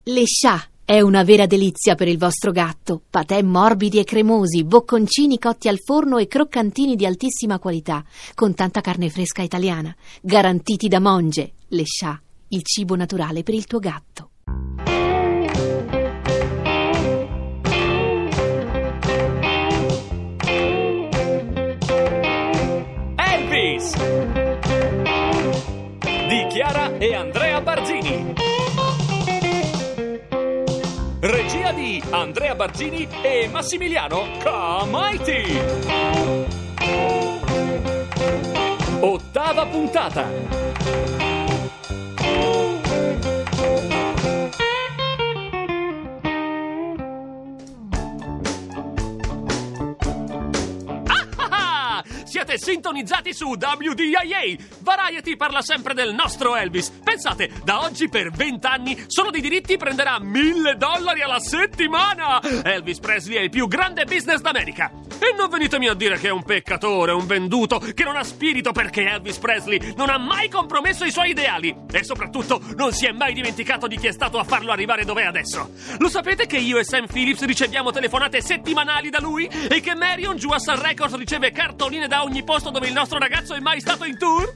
Le Chat è una vera delizia per il vostro gatto. Patè morbidi e cremosi, bocconcini cotti al forno e croccantini di altissima qualità, con tanta carne fresca italiana, garantiti da Monge. Le Chat, il cibo naturale per il tuo gatto. Elvis di Chiara e Andrea Barzini. Regia di Andrea Barzini e Massimiliano Comaiti. 8ª puntata. Siete sintonizzati su WDIA. Variety parla sempre del nostro Elvis. Pensate, da oggi per 20 anni solo di diritti prenderà $1.000 alla settimana. Elvis Presley è il più grande business d'America. E non venitemi a dire che è un peccatore, un venduto, che non ha spirito, perché Elvis Presley non ha mai compromesso i suoi ideali. E soprattutto non si è mai dimenticato di chi è stato a farlo arrivare dov'è adesso. Lo sapete che io e Sam Phillips riceviamo telefonate settimanali da lui? E che Marion giù a Sun Records riceve cartoline da ogni posto dove il nostro ragazzo è mai stato in tour?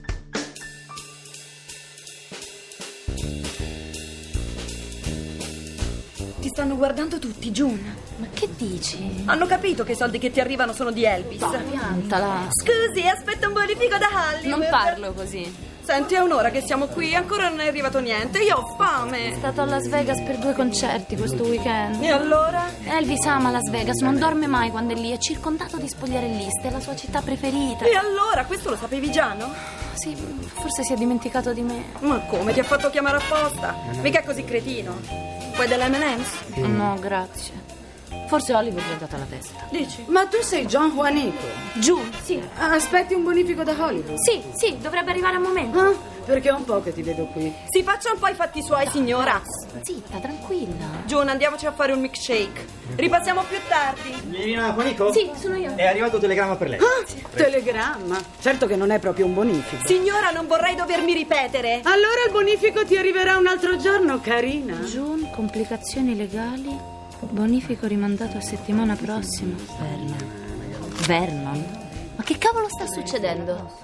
Ti stanno guardando tutti, June. Ma che dici? Hanno capito che i soldi che ti arrivano sono di Elvis. Piantala. Scusi, aspetta un bonifico da Hollywood. Non parlo così. Senti, è un'ora che siamo qui, ancora non è arrivato niente. Io ho fame. È stato a Las Vegas per 2 concerti questo weekend. E allora? Elvis ama Las Vegas, non dorme mai quando è lì. È circondato di spogliarelliste, è la sua città preferita. E allora? Questo lo sapevi già, no? Sì, forse si è dimenticato di me. Ma come? Ti ha fatto chiamare apposta? Mica è così cretino. Vuoi dell'M&M's? No, grazie. Forse Hollywood gli ha dato la testa. Dici? Ma tu sei John Juanico? June, sì. Aspetti un bonifico da Hollywood? Sì, dovrebbe arrivare a momento. Ah, perché è un po' che ti vedo qui. Si faccia un po' i fatti suoi, signora. Zitta, tranquilla. June, andiamoci a fare un milkshake. Ripassiamo più tardi. Signorina Juanico? Sì, sono io. È arrivato un telegramma per lei. Telegramma? Certo che non è proprio un bonifico. Signora, non vorrei dovermi ripetere. Allora il bonifico ti arriverà un altro giorno, carina. June, complicazioni legali. Bonifico rimandato a settimana prossima. Vernon? Ma che cavolo sta succedendo?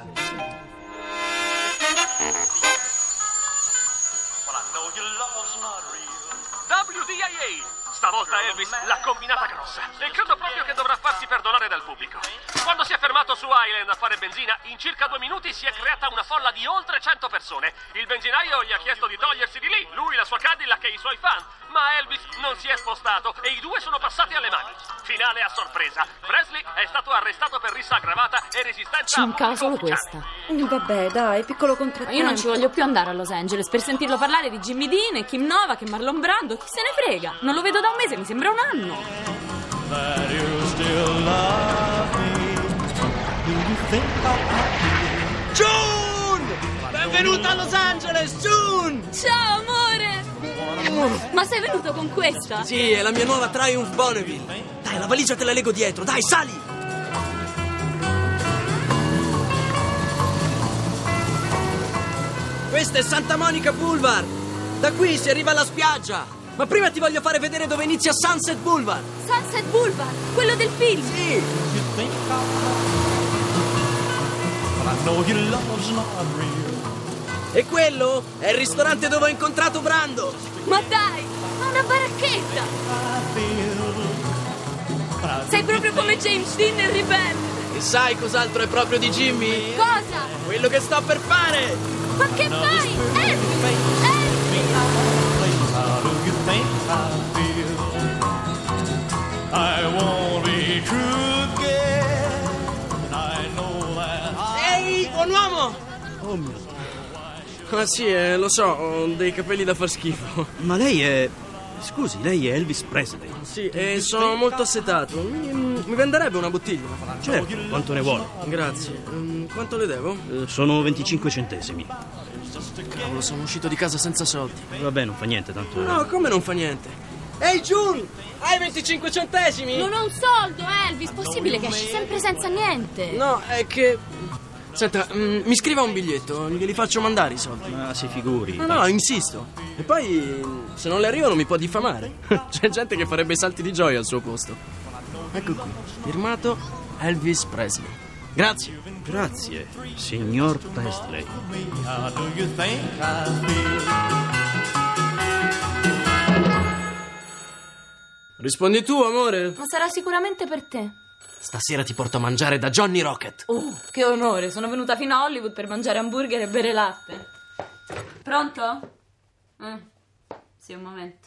WDIA! Stavolta Elvis l'ha combinata grossa e credo proprio che dovrà farsi perdonare dal pubblico. Quando si è fermato su Island a fare benzina, in circa 2 minuti si è creata una folla di oltre 100 persone. Il benzinaio gli ha chiesto di togliersi di lì, lui, la sua Cadillac e i suoi fan. Ma Elvis non si è spostato e i due sono passati alle mani. Finale a sorpresa. Presley è stato arrestato per rissa aggravata e resistenza Ci mancava solo questa. Vabbè, dai, piccolo contrattempo. Io non ci voglio più andare a Los Angeles per sentirlo parlare di Jimmy Dean e Kim Novak e Marlon Brando. Chi se ne frega? Non lo vedo da un mese, mi sembra un anno. June! Benvenuta a Los Angeles, June! Ciao, amore! Ma sei venuto con questa? Sì, è la mia nuova Triumph Bonneville. Dai, la valigia te la lego dietro, dai, sali! Questa è Santa Monica Boulevard. Da qui si arriva alla spiaggia. Ma prima ti voglio fare vedere dove inizia Sunset Boulevard. Sunset Boulevard, quello del film. Sì. E quello è il ristorante dove ho incontrato Brando. Ma dai, ma una baracchetta. Sei proprio come James Dean nel Ribelle. E sai cos'altro è proprio di Jimmy? Cosa? Quello che sto per fare. Ma che fai? Elvis! Ehi, buon uomo! Oh mio. Ah sì, lo so, ho dei capelli da far schifo. Ma lei è... Scusi, lei è Elvis Presley? Sì, e sono molto assetato. Mi venderebbe una bottiglia? Certo, quanto ne vuole? Grazie. Quanto le devo? Sono 25 centesimi. Cavolo, sono uscito di casa senza soldi. Vabbè, non fa niente, tanto... No, come non fa niente? Ehi, June! Hai 25 centesimi? Non ho un soldo, Elvis. Possibile che esci sempre senza niente? No, è che... Senta, mi scriva un biglietto, glieli faccio mandare i soldi. Ma si figuri. No, insisto. E poi, se non le arrivano mi può diffamare. C'è gente che farebbe salti di gioia al suo posto. Ecco qui, firmato Elvis Presley. Grazie. Grazie, signor Presley. Rispondi tu, amore? Ma sarà sicuramente per te. Stasera ti porto a mangiare da Johnny Rocket. Che onore, sono venuta fino a Hollywood per mangiare hamburger e bere latte. Pronto? Sì, un momento.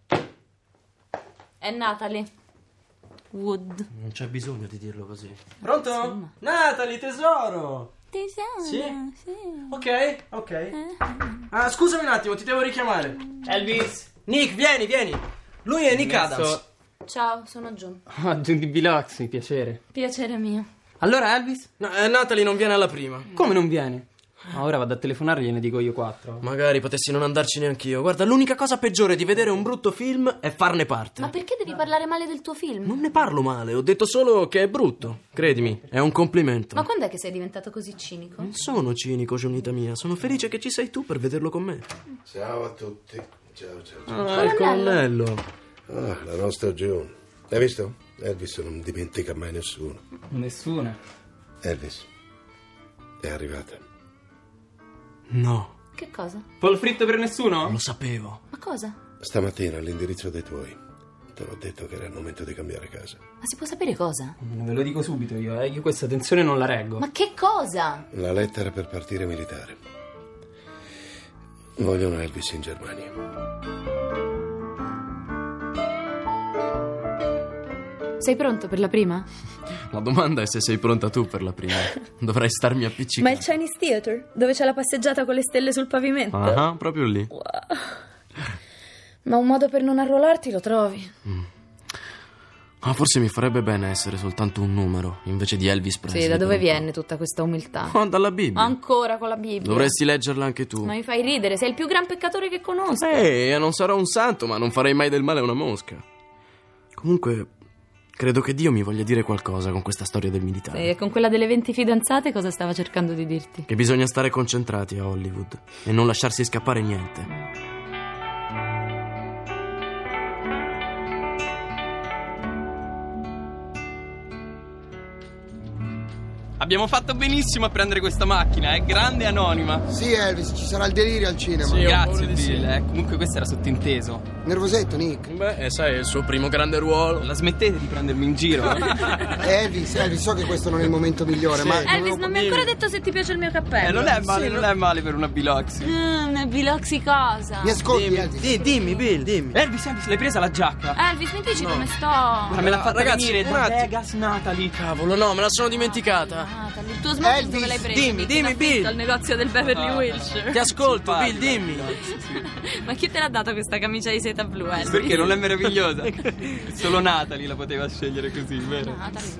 È Natalie Wood. Non c'è bisogno di dirlo così. Pronto? Natalie, tesoro! Sì? Ok. Ah, scusami un attimo, ti devo richiamare. Elvis! Nick, vieni. Lui è Nick Adams. Ciao, sono June. Ah, June di Biloxi, piacere. Piacere mio. Allora, Elvis? No, Natalie non viene alla prima. Come non viene? Ora vado a telefonare, gliene dico io 4. Magari potessi non andarci neanch'io. Guarda, l'unica cosa peggiore di vedere un brutto film è farne parte. Ma perché devi parlare male del tuo film? Non ne parlo male, ho detto solo che è brutto. Credimi, è un complimento. Ma quando è che sei diventato così cinico? Non sono cinico, Gionita mia. Sono felice che ci sei tu per vederlo con me. Ciao a tutti. Ciao. Ah, il colonnello. Ah, la nostra June. Hai visto? Elvis non dimentica mai nessuno. Nessuna. Elvis è arrivata. No. Che cosa? Pollo fritto per nessuno? Lo sapevo. Ma cosa? Stamattina all'indirizzo dei tuoi te l'ho detto che era il momento di cambiare casa. Ma si può sapere cosa? Ve lo dico subito io, io questa tensione non la reggo. Ma che cosa? La lettera per partire militare. Vogliono Elvis in Germania. Sei pronto per la prima? La domanda è se sei pronta tu per la prima. Dovrai starmi appiccicato. Ma il Chinese Theatre, dove c'è la passeggiata con le stelle sul pavimento? Ah, proprio lì. Wow. Ma un modo per non arruolarti lo trovi? Ma forse mi farebbe bene essere soltanto un numero invece di Elvis Presley. Sì, da dove viene tutta questa umiltà? Oh, dalla Bibbia. Ancora con la Bibbia. Dovresti leggerla anche tu. Ma mi fai ridere, sei il più gran peccatore che conosco. Non sarò un santo, ma non farei mai del male a una mosca. Comunque, credo che Dio mi voglia dire qualcosa con questa storia del militare. Sì, e con quella delle 20 fidanzate cosa stava cercando di dirti? Che bisogna stare concentrati a Hollywood e non lasciarsi scappare niente. Abbiamo fatto benissimo a prendere questa macchina, è grande e anonima. Sì, Elvis, ci sarà il delirio al cinema. Sì, Grazie, Bill. Comunque questo era sottinteso. Nervosetto, Nick. Beh, sai, è il suo primo grande ruolo. La smettete di prendermi in giro? Elvis, so che questo non è il momento migliore, ma... Elvis, non mi hai ancora detto se ti piace il mio cappello. Non è male per una Biloxi. Una Biloxi cosa? Mi ascolti, Elvis? Dimmi, Bill, dimmi. Elvis, l'hai presa la giacca? Elvis, mi dici come sto? Ma me l'ha fatta Ragazzi, venire un da attimo. Vegas, Natalie. Cavolo, no, me la sono dimenticata. Natalie, il tuo smoking dove l'hai preso? dimmi, Bill. Al negozio del Beverly Wilshire. Ti ascolto, Bill, dimmi. Ma chi te l'ha dato questa camicia di seta blu, Elvis? Perché non è meravigliosa? Solo Natalie la poteva scegliere così, vero?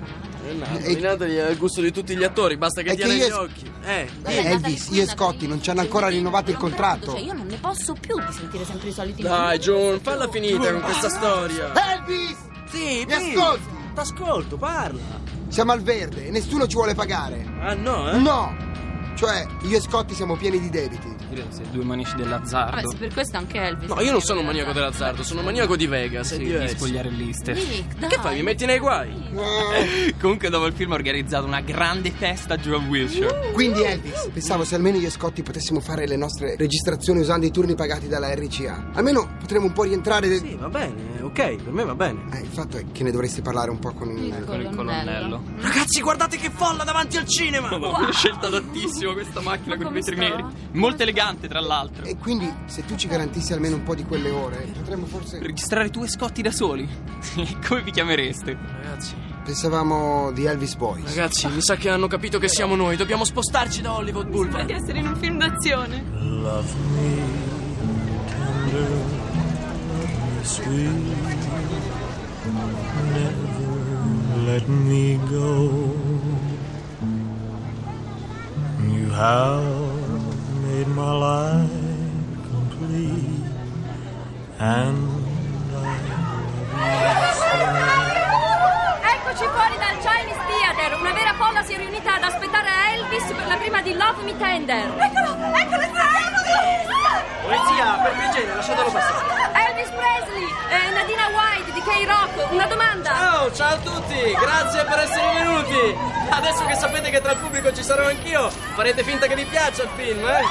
Natalie ha il gusto di tutti gli attori, basta che È tiene che gli io- occhi. Elvis, io e Scotty non ci hanno ancora rinnovato il contratto. Cioè, io non ne posso più di sentire sempre i soliti Dai, John, falla finita con questa storia. Elvis! Sì, Mi ascolti? T'ascolto, parla. Siamo al verde e nessuno ci vuole pagare. Ah, no, No! Cioè, io e Scotty siamo pieni di debiti. Sei due manici dell'azzardo. Vabbè, sì, per questo anche Elvis. No, io non sono un maniaco dell'azzardo, sono un maniaco di Vegas, è Sì, di diverso. spogliarelliste. Nick, dai. Che fai, mi metti nei guai? Comunque dopo il film ho organizzato una grande festa giù a Wilshire. Quindi, Elvis, pensavo se almeno io e Scotty potessimo fare le nostre registrazioni usando i turni pagati dalla RCA. Almeno potremo un po' rientrare... Sì, va bene, ok, per me va bene. Il fatto è che ne dovresti parlare un po' con il... Con il colonnello. Ragazzi, guardate che folla davanti al cinema! Ho scelto adattissimo questa macchina con i vetri neri. Molto elegante, tra l'altro. E quindi, se tu ci garantissi almeno un po' di quelle ore, potremmo forse... Registrare tu e Scotty da soli? Come vi chiamereste? Ragazzi, Pensavamo di Elvis Boys. ragazzi, mi sa che hanno capito che siamo noi, dobbiamo spostarci da Hollywood Di Boulevard. essere in un film d'azione. Love me tender, love me sweet, never let me go. You have made my life complete, and Eccoci fuori dal Chinese Theatre, una vera folla scuola si è riunita ad aspettare Elvis per la prima di Love Me Tender. Eccolo, Polizia, per piacere, lasciatelo passare. Elvis Presley e Nadina White di K-Rock, una domanda. Ciao a tutti, grazie per essere venuti. Adesso che sapete che tra il pubblico ci sarò anch'io, farete finta che vi piaccia il film, eh?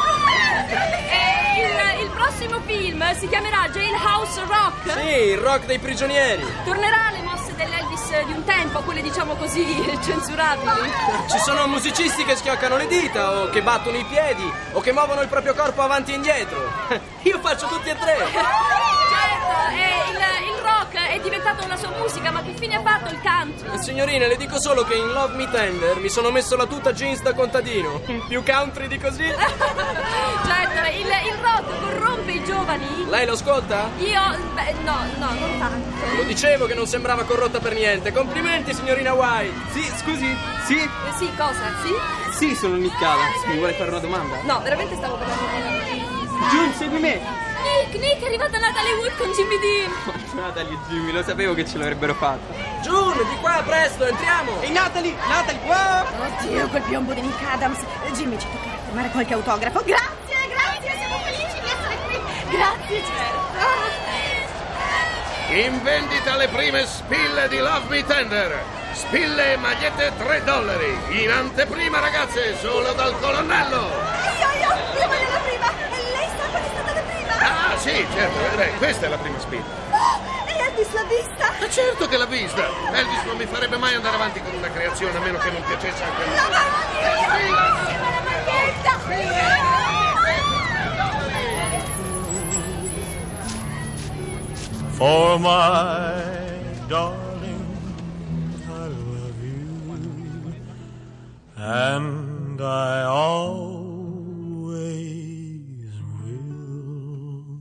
Il prossimo film si chiamerà Jailhouse Rock. Sì, il rock dei prigionieri. Tornerà alle mosse dell'Elvis di un tempo, quelle diciamo così censurabili. Ci sono musicisti che schioccano le dita, o che battono i piedi, o che muovono il proprio corpo avanti e indietro. Io faccio tutti e tre. Certo, il rock è diventato una sua musica, ma che fine ha fatto il country? Signorine, le dico solo che in Love Me Tender mi sono messo la tuta jeans da contadino. Più country di così? Certo, il rock corrompe i giovani. Lei lo ascolta? Io, no, non tanto. Lo dicevo che non sembrava corrotta per niente. Complimenti, signorina White. Sì, scusi, sì? Sì, cosa? Sì? Sì, sono Nick Adams. Mi vuole fare una domanda? No, veramente stavo parlando con June, segui me. Nick, è arrivata Natalie Wood con Jimmy Dean. Natalie e Jimmy, lo sapevo che ce l'avrebbero fatto. June, di qua, presto, entriamo. Ehi, Natalie, wow! Oddio, quel piombo di Nick Adams. Jimmy, ci toccherà firmare qualche autografo. Grazie, siamo felici di essere qui. Grazie, certo. In vendita le prime spille di Love Me Tender. Spille e magliette $3. In anteprima, ragazze, solo dal colonnello. Io voglio la prima. Lei sa qual è stata la prima? Ah, sì, certo, questa è la prima spilla. E Elvis l'ha vista? Ma certo che l'ha vista. Elvis non mi farebbe mai andare avanti con una creazione a meno che non piacesse anche a lui. No, la maglietta. For my darling, I love you, and I always will.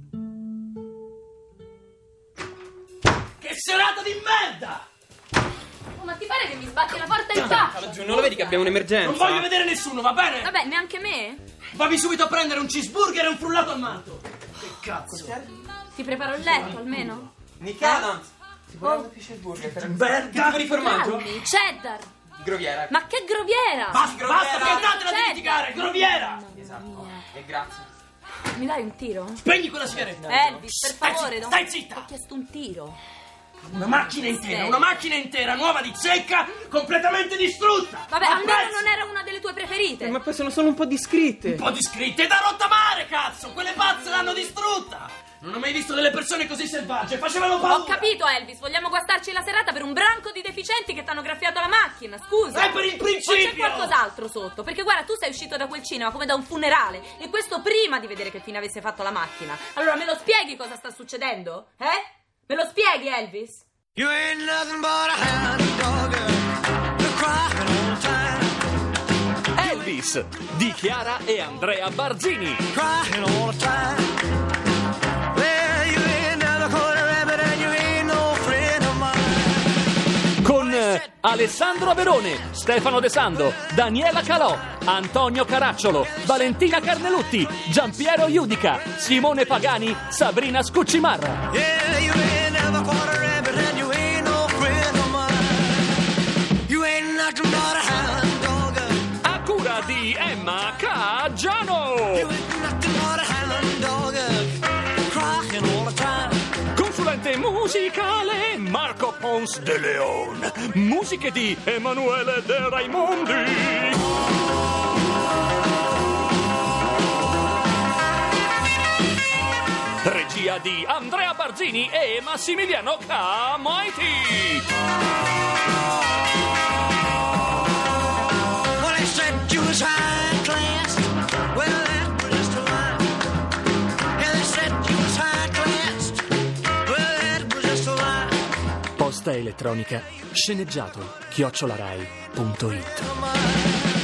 Che serata di merda! Oh, ma ti pare che mi sbatti la porta in faccia? Non lo vedi che abbiamo un'emergenza? Non voglio vedere nessuno, va bene? Vabbè, neanche me. Vammi subito a prendere un cheeseburger e un frullato al manto. Che cazzo? Ti preparo il letto, almeno. Nick Adams, ti vuole un pesce burger per Merda! Che tipo di formaggio? Grandi, cheddar. Groviera. Ma che groviera! Basta, piantatela di litigare, groviera! Esatto. E grazie. Mi dai un tiro? Spegni quella sigaretta. Elvis, per favore. Stai zitta! Ho chiesto un tiro. Una macchina intera, nuova di zecca, completamente distrutta! Vabbè, almeno non era una delle tue preferite. Ma poi sono solo un po' di scritte. Un po' di scritte e da rottamare, cazzo! Quelle pazze l'hanno distrutta! Non ho mai visto delle persone così selvagge, facevano paura! Ho capito, Elvis, vogliamo guastarci la serata per un branco di deficienti che t'hanno graffiato la macchina, scusa! È per il principio! O c'è qualcos'altro sotto? Perché guarda, tu sei uscito da quel cinema come da un funerale, e questo prima di vedere che fine avesse fatto la macchina. Allora me lo spieghi cosa sta succedendo? Me lo spieghi, Elvis? You ain't nothing but a hound dog, you're crying all the time. Elvis di Chiara e Andrea Barzini. Crying all the time. Well, you ain't never caught a rabbit and you ain't no friend of mine. Con Alessandro Averone, Stefano De Sando, Daniela Calò, Antonio Caracciolo, Valentina Carnelutti, Giampiero Iudica, Simone Pagani, Sabrina Scuccimarra. Yeah, you ain't never caught a rabbit and you ain't no friend of mine. You ain't nothing but a hound dog. A cura di Emma Caggiano. You ain't nothing but a hound dog, crying all the time. Consulente musicale Marco Pons de Leon. Musiche di Emanuele De Raimondi. Regia di Andrea Barzini e Massimiliano Camaiti. Well, they said you was high class. Well, that was just a lie. Yeah, they said you was high class. Well, that was just a lie. Posta elettronica sceneggiato @rai.it.